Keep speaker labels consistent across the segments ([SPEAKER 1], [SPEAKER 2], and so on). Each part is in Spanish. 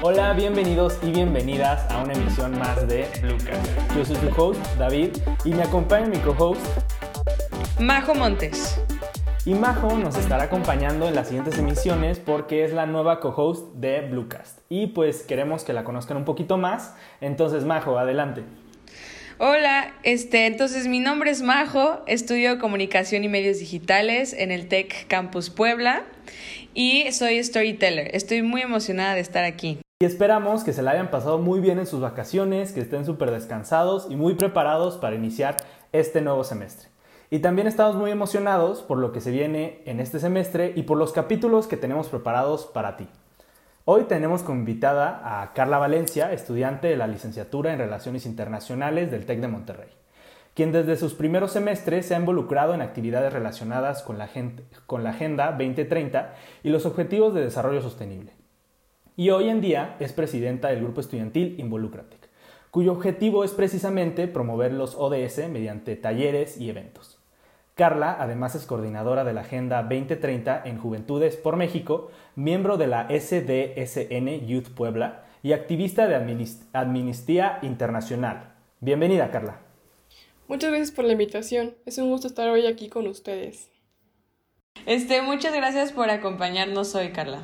[SPEAKER 1] Hola, bienvenidos y bienvenidas a una emisión más de Bluecast. Yo soy su host, David, y me acompaña mi co-host,
[SPEAKER 2] Majo Montes.
[SPEAKER 1] Y Majo nos estará acompañando en las siguientes emisiones porque es la nueva co-host de Bluecast. Y pues queremos que la conozcan un poquito más. Entonces, Majo, adelante.
[SPEAKER 2] Hola, entonces mi nombre es Majo, estudio Comunicación y Medios Digitales en el Tec Campus Puebla y soy storyteller. Estoy muy emocionada de estar aquí.
[SPEAKER 1] Y esperamos que se la hayan pasado muy bien en sus vacaciones, que estén súper descansados y muy preparados para iniciar este nuevo semestre. Y también estamos muy emocionados por lo que se viene en este semestre y por los capítulos que tenemos preparados para ti. Hoy tenemos como invitada a Carla Valencia, estudiante de la licenciatura en Relaciones Internacionales del TEC de Monterrey, quien desde sus primeros semestres se ha involucrado en actividades relacionadas con la Agenda 2030 y los Objetivos de Desarrollo Sostenible. Y hoy en día es presidenta del grupo estudiantil Involúcratec, cuyo objetivo es precisamente promover los ODS mediante talleres y eventos. Carla, además, es coordinadora de la Agenda 2030 en Juventudes por México, miembro de la SDSN Youth Puebla y activista de Amnistía Internacional. Bienvenida, Carla.
[SPEAKER 3] Muchas gracias por la invitación. Es un gusto estar hoy aquí con ustedes.
[SPEAKER 2] Muchas gracias por acompañarnos hoy, Carla.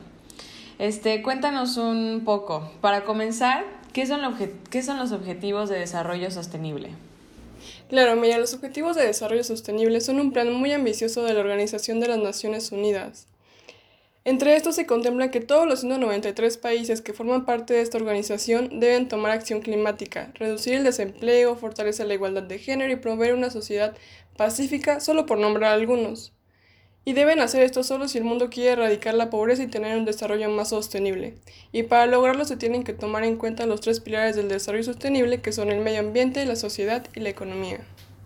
[SPEAKER 2] Cuéntanos un poco. Para comenzar, ¿qué son los Objetivos de Desarrollo Sostenible?
[SPEAKER 3] Claro, mira, los Objetivos de Desarrollo Sostenible son un plan muy ambicioso de la Organización de las Naciones Unidas. Entre estos se contempla que todos los 193 países que forman parte de esta organización deben tomar acción climática, reducir el desempleo, fortalecer la igualdad de género y promover una sociedad pacífica, solo por nombrar algunos. Y deben hacer esto solo si el mundo quiere erradicar la pobreza y tener un desarrollo más sostenible. Y para lograrlo se tienen que tomar en cuenta los 3 pilares del desarrollo sostenible, que son el medio ambiente, la sociedad y la economía.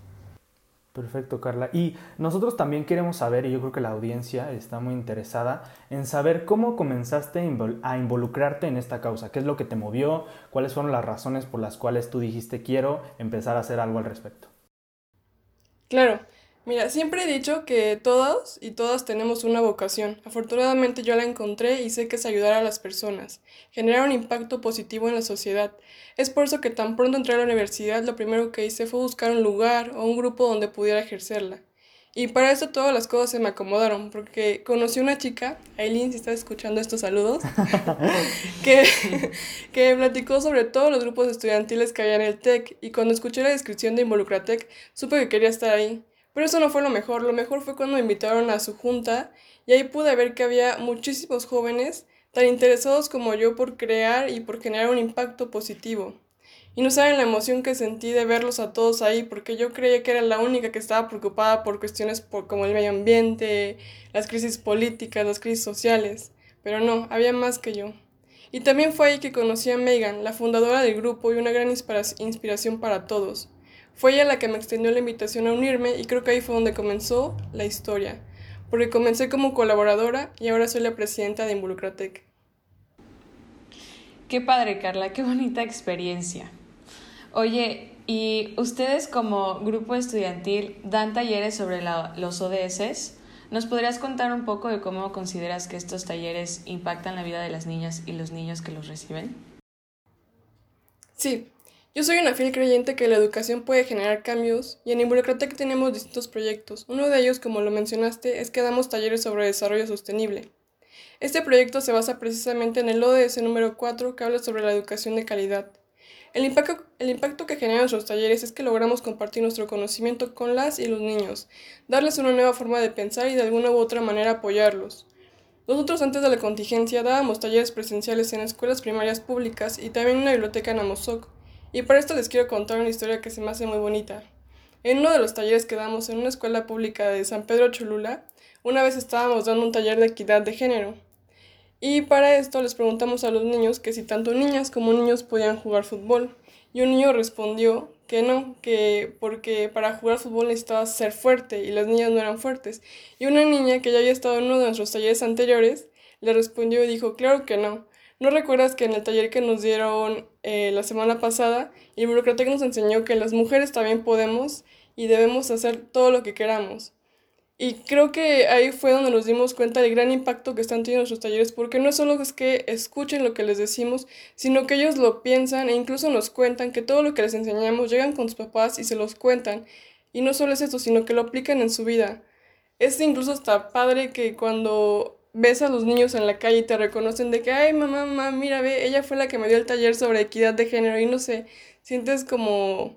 [SPEAKER 1] Perfecto, Carla. Y nosotros también queremos saber, y yo creo que la audiencia está muy interesada, en saber cómo comenzaste a involucrarte en esta causa. ¿Qué es lo que te movió? ¿Cuáles fueron las razones por las cuales tú dijiste quiero empezar a hacer algo al respecto?
[SPEAKER 3] Claro. Mira, siempre he dicho que todos y todas tenemos una vocación. Afortunadamente yo la encontré y sé que es ayudar a las personas, generar un impacto positivo en la sociedad. Es por eso que tan pronto entré a la universidad, lo primero que hice fue buscar un lugar o un grupo donde pudiera ejercerla. Y para eso todas las cosas se me acomodaron, porque conocí una chica, Aileen, si estás escuchando estos saludos, que, que me platicó sobre todos los grupos estudiantiles que había en el TEC, y cuando escuché la descripción de Involucratec, supe que quería estar ahí. Pero eso no fue lo mejor fue cuando me invitaron a su junta y ahí pude ver que había muchísimos jóvenes tan interesados como yo por crear y por generar un impacto positivo. Y no saben la emoción que sentí de verlos a todos ahí, porque yo creía que era la única que estaba preocupada por cuestiones como el medio ambiente, las crisis políticas, las crisis sociales, pero no, había más que yo. Y también fue ahí que conocí a Megan, la fundadora del grupo y una gran inspiración para todos. Fue ella la que me extendió la invitación a unirme y creo que ahí fue donde comenzó la historia, porque comencé como colaboradora y ahora soy la presidenta de Involucratec.
[SPEAKER 2] Qué padre, Carla, qué bonita experiencia. Oye, ¿y ustedes como grupo estudiantil dan talleres sobre los ODS? ¿Nos podrías contar un poco de cómo consideras que estos talleres impactan la vida de las niñas y los niños que los reciben?
[SPEAKER 3] Sí, yo soy una fiel creyente que la educación puede generar cambios y en Involucratec tenemos distintos proyectos. Uno de ellos, como lo mencionaste, es que damos talleres sobre desarrollo sostenible. Este proyecto se basa precisamente en el ODS número 4 que habla sobre la educación de calidad. El impacto que generan nuestros talleres es que logramos compartir nuestro conocimiento con las y los niños, darles una nueva forma de pensar y de alguna u otra manera apoyarlos. Nosotros antes de la contingencia dábamos talleres presenciales en escuelas primarias públicas y también en una biblioteca en Amozoc. Y para esto les quiero contar una historia que se me hace muy bonita. En uno de los talleres que damos en una escuela pública de San Pedro Cholula, una vez estábamos dando un taller de equidad de género. Y para esto les preguntamos a los niños que si tanto niñas como niños podían jugar fútbol. Y un niño respondió que no, que porque para jugar fútbol necesitabas ser fuerte y las niñas no eran fuertes. Y una niña que ya había estado en uno de nuestros talleres anteriores le respondió y dijo, claro que no. ¿No recuerdas que en el taller que nos dieron la semana pasada, el Burocratec nos enseñó que las mujeres también podemos y debemos hacer todo lo que queramos? Y creo que ahí fue donde nos dimos cuenta del gran impacto que están teniendo nuestros talleres, porque no solo es que escuchen lo que les decimos, sino que ellos lo piensan e incluso nos cuentan que todo lo que les enseñamos llegan con sus papás y se los cuentan. Y no solo es eso, sino que lo aplican en su vida. Es incluso hasta padre que cuando ves a los niños en la calle y te reconocen de que, ay, mamá, mamá, mira, ve, ella fue la que me dio el taller sobre equidad de género y no sé, sientes como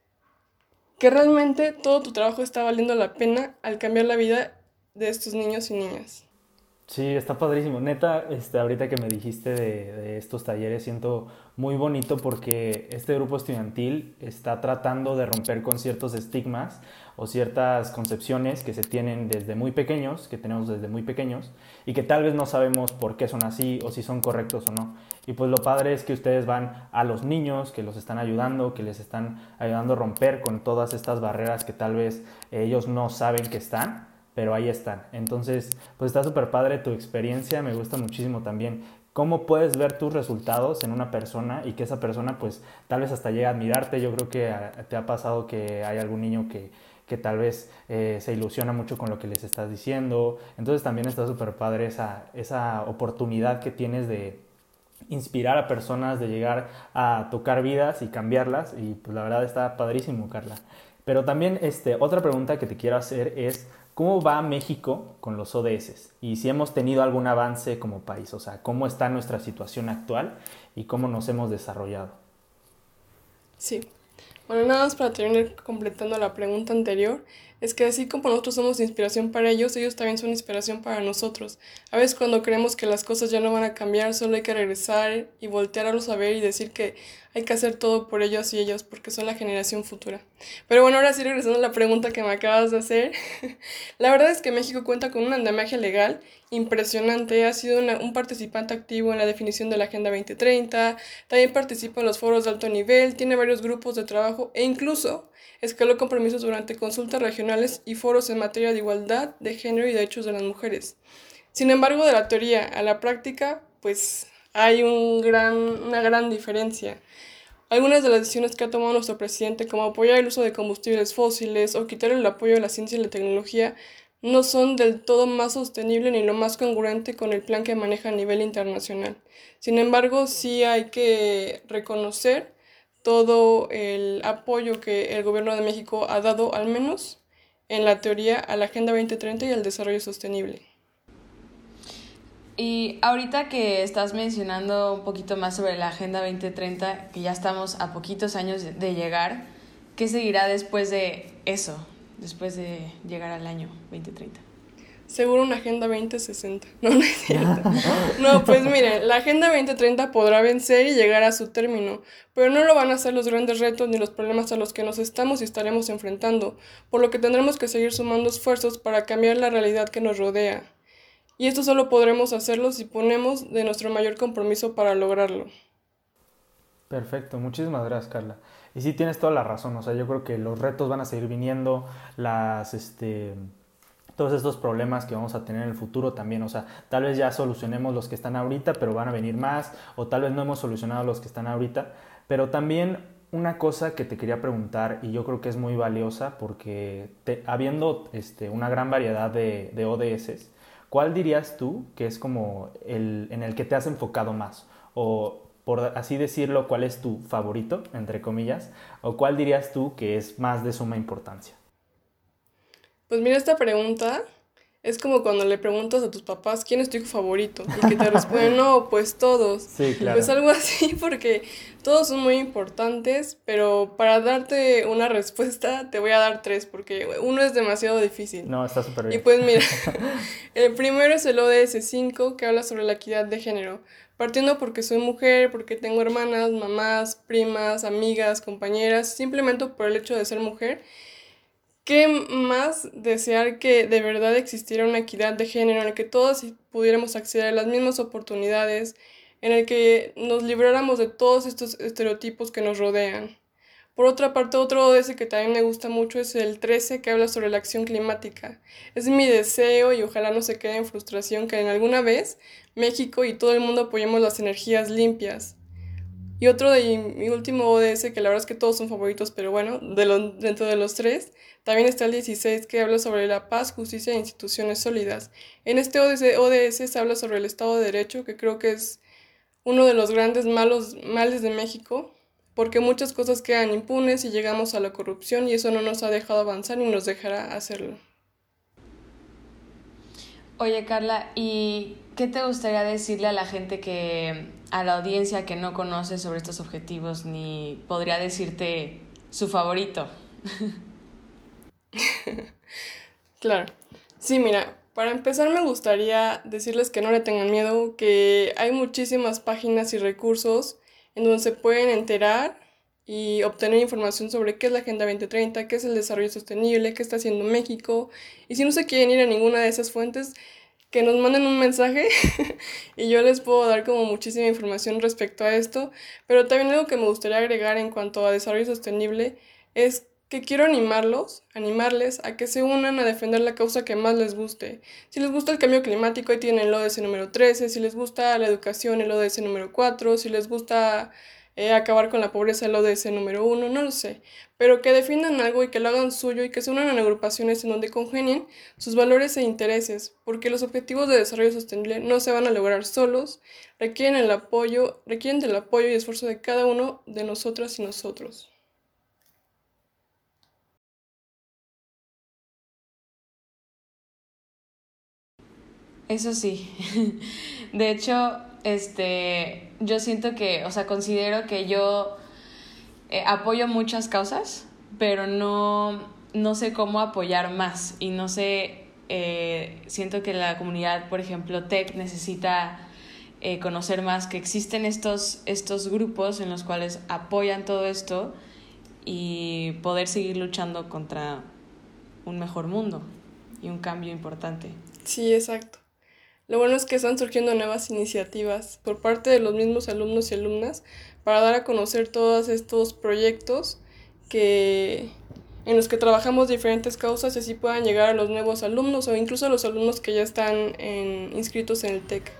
[SPEAKER 3] que realmente todo tu trabajo está valiendo la pena al cambiar la vida de estos niños y niñas.
[SPEAKER 1] Sí, está padrísimo. Neta, ahorita que me dijiste de estos talleres, siento muy bonito porque este grupo estudiantil está tratando de romper con ciertos estigmas o ciertas concepciones que se tienen desde muy pequeños, que tenemos desde muy pequeños, y que tal vez no sabemos por qué son así o si son correctos o no. Y pues lo padre es que ustedes van a los niños, que los están ayudando, que les están ayudando a romper con todas estas barreras que tal vez ellos no saben que están, pero ahí están. Entonces, pues está súper padre tu experiencia, me gusta muchísimo también cómo puedes ver tus resultados en una persona y que esa persona pues tal vez hasta llegue a admirarte. Yo creo que te ha pasado que hay algún niño que tal vez se ilusiona mucho con lo que les estás diciendo. Entonces también está súper padre esa oportunidad que tienes de inspirar a personas, de llegar a tocar vidas y cambiarlas, y pues la verdad está padrísimo, Carla. Pero también otra pregunta que te quiero hacer es ¿cómo va México con los ODS? Y si hemos tenido algún avance como país, o sea, ¿cómo está nuestra situación actual y cómo nos hemos desarrollado?
[SPEAKER 3] Sí. Bueno, nada más para terminar completando la pregunta anterior, es que así como nosotros somos inspiración para ellos también son inspiración para nosotros. A veces cuando creemos que las cosas ya no van a cambiar, solo hay que regresar y voltearlos a ver y decir que hay que hacer todo por ellos y ellos, porque son la generación futura. Pero bueno, ahora sí regresando a la pregunta que me acabas de hacer, la verdad es que México cuenta con un andamiaje legal impresionante, ha sido un participante activo en la definición de la Agenda 2030, también participa en los foros de alto nivel, tiene varios grupos de trabajo e incluso escaló compromisos durante consultas regionales y foros en materia de igualdad, de género y derechos de las mujeres. Sin embargo, de la teoría a la práctica, pues hay una gran diferencia. Algunas de las decisiones que ha tomado nuestro presidente, como apoyar el uso de combustibles fósiles o quitar el apoyo a la ciencia y la tecnología, no son del todo más sostenibles ni lo más congruente con el plan que maneja a nivel internacional. Sin embargo, sí hay que reconocer todo el apoyo que el gobierno de México ha dado, al menos en la teoría, a la Agenda 2030 y al desarrollo sostenible.
[SPEAKER 2] Y ahorita que estás mencionando un poquito más sobre la Agenda 2030, que ya estamos a poquitos años de llegar, ¿qué seguirá después de eso, después de llegar al año 2030?
[SPEAKER 3] Seguro una Agenda 2060. No, no es cierto. No, pues miren, la Agenda 2030 podrá vencer y llegar a su término, pero no lo van a hacer los grandes retos ni los problemas a los que nos estamos y estaremos enfrentando, por lo que tendremos que seguir sumando esfuerzos para cambiar la realidad que nos rodea. Y esto solo podremos hacerlo si ponemos de nuestro mayor compromiso para lograrlo.
[SPEAKER 1] Perfecto, muchísimas gracias, Carla. Y sí, tienes toda la razón, o sea, yo creo que los retos van a seguir viniendo, todos estos problemas que vamos a tener en el futuro también, o sea, tal vez ya solucionemos los que están ahorita, pero van a venir más, o tal vez no hemos solucionado los que están ahorita, pero también una cosa que te quería preguntar, y yo creo que es muy valiosa, porque habiendo una gran variedad de ODS, ¿cuál dirías tú que es como en el que te has enfocado más? O por así decirlo, ¿cuál es tu favorito, entre comillas? ¿O cuál dirías tú que es más de suma importancia?
[SPEAKER 3] Pues mira, esta pregunta es como cuando le preguntas a tus papás quién es tu hijo favorito y que te responden, no, pues todos.
[SPEAKER 1] Sí, claro.
[SPEAKER 3] Pues algo así, porque todos son muy importantes, pero para darte una respuesta te voy a dar tres, porque uno es demasiado difícil.
[SPEAKER 1] No, está súper bien.
[SPEAKER 3] Y pues mira, el primero es el ODS 5, que habla sobre la equidad de género. Partiendo porque soy mujer, porque tengo hermanas, mamás, primas, amigas, compañeras, simplemente por el hecho de ser mujer. ¿Qué más desear que de verdad existiera una equidad de género en el que todos pudiéramos acceder a las mismas oportunidades, en el que nos libráramos de todos estos estereotipos que nos rodean? Por otra parte, otro ODS que también me gusta mucho es el 13, que habla sobre la acción climática. Es mi deseo y ojalá no se quede en frustración que en alguna vez México y todo el mundo apoyemos las energías limpias. Y otro de mi último ODS, que la verdad es que todos son favoritos, pero bueno, dentro de los tres, también está el 16, que habla sobre la paz, justicia e instituciones sólidas. En este ODS se habla sobre el Estado de Derecho, que creo que es uno de los grandes males de México, porque muchas cosas quedan impunes y llegamos a la corrupción y eso no nos ha dejado avanzar ni nos dejará hacerlo.
[SPEAKER 2] Oye, Carla, ¿y qué te gustaría decirle a la gente a la audiencia que no conoce sobre estos objetivos ni podría decirte su favorito?
[SPEAKER 3] Claro. Sí, mira, para empezar me gustaría decirles que no le tengan miedo, que hay muchísimas páginas y recursos en donde se pueden enterar y obtener información sobre qué es la Agenda 2030, qué es el desarrollo sostenible, qué está haciendo México. Y si no se quieren ir a ninguna de esas fuentes, que nos manden un mensaje y yo les puedo dar como muchísima información respecto a esto. Pero también algo que me gustaría agregar en cuanto a desarrollo sostenible es que quiero animarles a que se unan a defender la causa que más les guste. Si les gusta el cambio climático, ahí tienen el ODS número 13, si les gusta la educación, el ODS número 4, si les gusta acabar con la pobreza, el ODS número 1, no lo sé. Pero que defiendan algo y que lo hagan suyo y que se unan en agrupaciones en donde congenien sus valores e intereses, porque los objetivos de desarrollo sostenible no se van a lograr solos, requieren del apoyo y esfuerzo de cada uno de nosotras y nosotros.
[SPEAKER 2] Eso sí. De hecho, yo siento que, o sea, considero que yo apoyo muchas causas, pero no sé cómo apoyar más y no sé, siento que la comunidad, por ejemplo, tech necesita conocer más que existen estos grupos en los cuales apoyan todo esto y poder seguir luchando contra un mejor mundo y un cambio importante.
[SPEAKER 3] Sí, exacto. Lo bueno es que están surgiendo nuevas iniciativas por parte de los mismos alumnos y alumnas para dar a conocer todos estos proyectos que, en los que trabajamos diferentes causas y así puedan llegar a los nuevos alumnos o incluso a los alumnos que ya están inscritos en el TEC.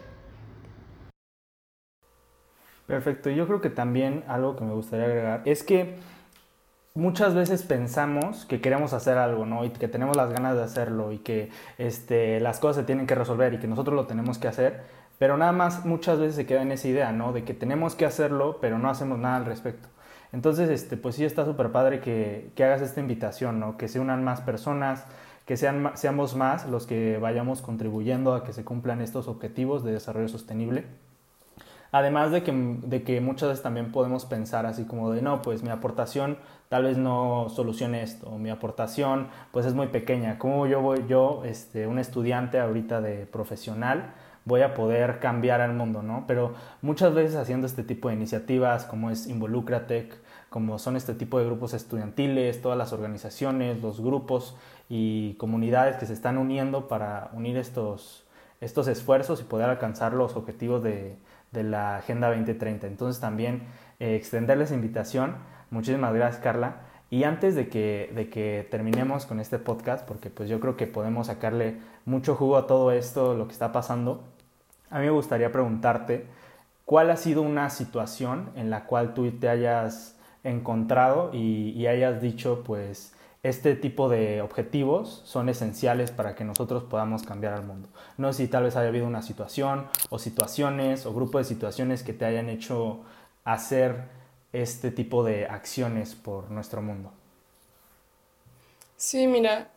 [SPEAKER 1] Perfecto, yo creo que también algo que me gustaría agregar es que muchas veces pensamos que queremos hacer algo, ¿no? Y que tenemos las ganas de hacerlo y que las cosas se tienen que resolver y que nosotros lo tenemos que hacer, pero nada más muchas veces se queda en esa idea, ¿no? De que tenemos que hacerlo, pero no hacemos nada al respecto. Entonces, pues sí está súper padre que hagas esta invitación, ¿no? Que se unan más personas, que seamos más los que vayamos contribuyendo a que se cumplan estos objetivos de desarrollo sostenible. Además de que muchas veces también podemos pensar así como de no, pues mi aportación tal vez no solucione esto, mi aportación pues es muy pequeña, ¿cómo un estudiante ahorita de profesional, voy a poder cambiar al mundo, ¿no? Pero muchas veces haciendo este tipo de iniciativas como es Involúcratec, como son este tipo de grupos estudiantiles, todas las organizaciones, los grupos y comunidades que se están uniendo para unir estos esfuerzos y poder alcanzar los objetivos de la Agenda 2030. Entonces también extenderles invitación. Muchísimas gracias, Carla. Y antes de que terminemos con este podcast, porque pues yo creo que podemos sacarle mucho jugo a todo esto, lo que está pasando, a mí me gustaría preguntarte cuál ha sido una situación en la cual tú te hayas encontrado y hayas dicho, pues, este tipo de objetivos son esenciales para que nosotros podamos cambiar al mundo. No sé si tal vez haya habido una situación o situaciones o grupo de situaciones que te hayan hecho hacer este tipo de acciones por nuestro mundo.
[SPEAKER 3] Sí, mira,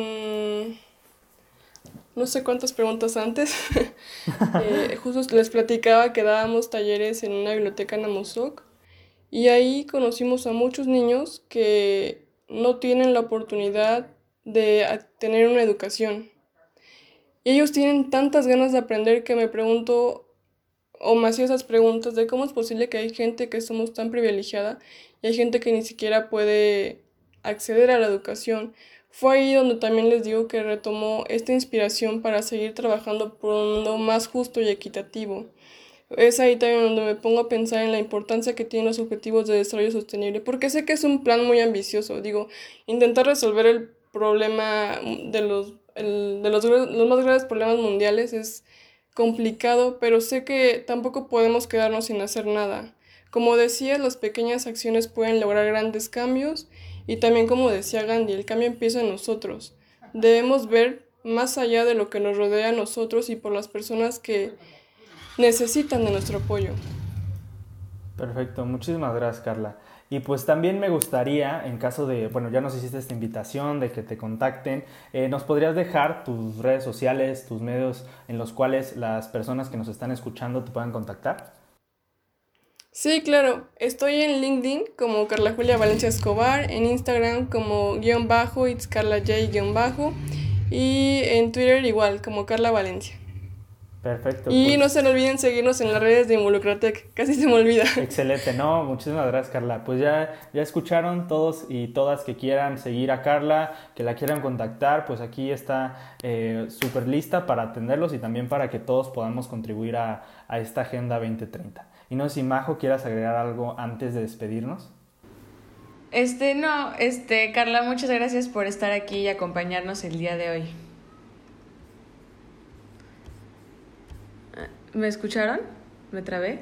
[SPEAKER 3] no sé cuántas preguntas antes, justo les platicaba que dábamos talleres en una biblioteca en Amozoc y ahí conocimos a muchos niños que no tienen la oportunidad de tener una educación. Y ellos tienen tantas ganas de aprender que me pregunto, o me hacía esas preguntas de cómo es posible que hay gente que somos tan privilegiada y hay gente que ni siquiera puede acceder a la educación. Fue ahí donde también les digo que retomó esta inspiración para seguir trabajando por un mundo más justo y equitativo. Es ahí también donde me pongo a pensar en la importancia que tienen los objetivos de desarrollo sostenible, porque sé que es un plan muy ambicioso. Digo, intentar resolver el problema los más graves problemas mundiales es complicado, pero sé que tampoco podemos quedarnos sin hacer nada. Como decía, las pequeñas acciones pueden lograr grandes cambios y también, como decía Gandhi, el cambio empieza en nosotros. Debemos ver más allá de lo que nos rodea a nosotros y por las personas que necesitan de nuestro apoyo.
[SPEAKER 1] Perfecto, muchísimas gracias, Carla. Y pues también me gustaría, en caso de, bueno, ya nos hiciste esta invitación de que te contacten, ¿nos podrías dejar tus redes sociales, tus medios en los cuales las personas que nos están escuchando te puedan contactar?
[SPEAKER 3] Sí, claro. Estoy en LinkedIn como Carla Julia Valencia Escobar, en Instagram como _ it's Carla J_ y en Twitter igual como Carla Valencia.
[SPEAKER 1] Perfecto.
[SPEAKER 3] Y
[SPEAKER 1] pues,
[SPEAKER 3] no se olviden seguirnos en las redes de Involucratec, casi se me olvida.
[SPEAKER 1] excelente, no, muchísimas gracias, Carla. Pues ya escucharon todos y todas que quieran seguir a Carla, que la quieran contactar, pues aquí está súper lista para atenderlos y también para que todos podamos contribuir a esta Agenda 2030. Y no sé si Majo quieras agregar algo antes de despedirnos.
[SPEAKER 2] Carla, muchas gracias por estar aquí y acompañarnos el día de hoy. ¿Me escucharon? ¿Me trabé?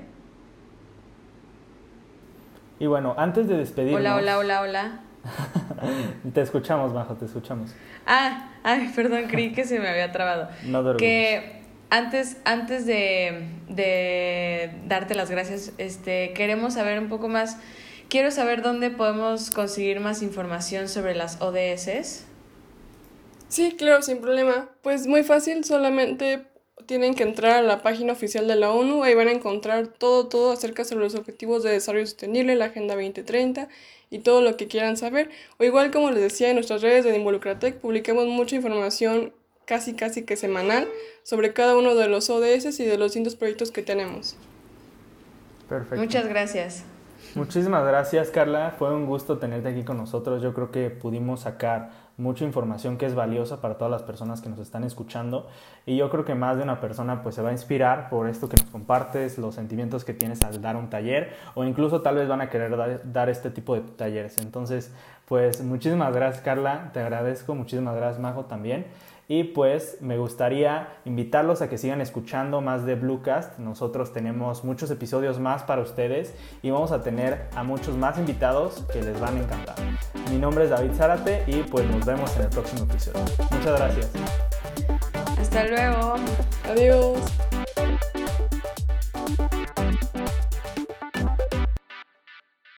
[SPEAKER 1] Y bueno, antes de despedirnos...
[SPEAKER 2] Hola.
[SPEAKER 1] Te escuchamos, Majo, te escuchamos.
[SPEAKER 2] Perdón, creí que se me había trabado.
[SPEAKER 1] No te preocupes.
[SPEAKER 2] Que antes de darte las gracias, queremos saber un poco más. Quiero saber dónde podemos conseguir más información sobre las ODS.
[SPEAKER 3] Sí, claro, sin problema. Pues muy fácil, solamente tienen que entrar a la página oficial de la ONU, ahí van a encontrar todo acerca sobre los objetivos de desarrollo sostenible, la Agenda 2030 y todo lo que quieran saber. O igual, como les decía, en nuestras redes de Involucratec publicamos mucha información casi que semanal sobre cada uno de los ODS y de los distintos proyectos que tenemos.
[SPEAKER 1] Perfecto.
[SPEAKER 2] Muchas gracias.
[SPEAKER 1] Muchísimas gracias, Carla. Fue un gusto tenerte aquí con nosotros. Yo creo que pudimos sacar mucha información que es valiosa para todas las personas que nos están escuchando y yo creo que más de una persona pues se va a inspirar por esto que nos compartes, los sentimientos que tienes al dar un taller o incluso tal vez van a querer dar este tipo de talleres. Entonces, pues muchísimas gracias, Carla, te agradezco, muchísimas gracias, Majo, también. Y pues me gustaría invitarlos a que sigan escuchando más de Bluecast. Nosotros tenemos muchos episodios más para ustedes y vamos a tener a muchos más invitados que les van a encantar. Mi nombre es David Zárate y pues nos vemos en el próximo episodio. Muchas gracias.
[SPEAKER 2] Hasta luego.
[SPEAKER 3] Adiós.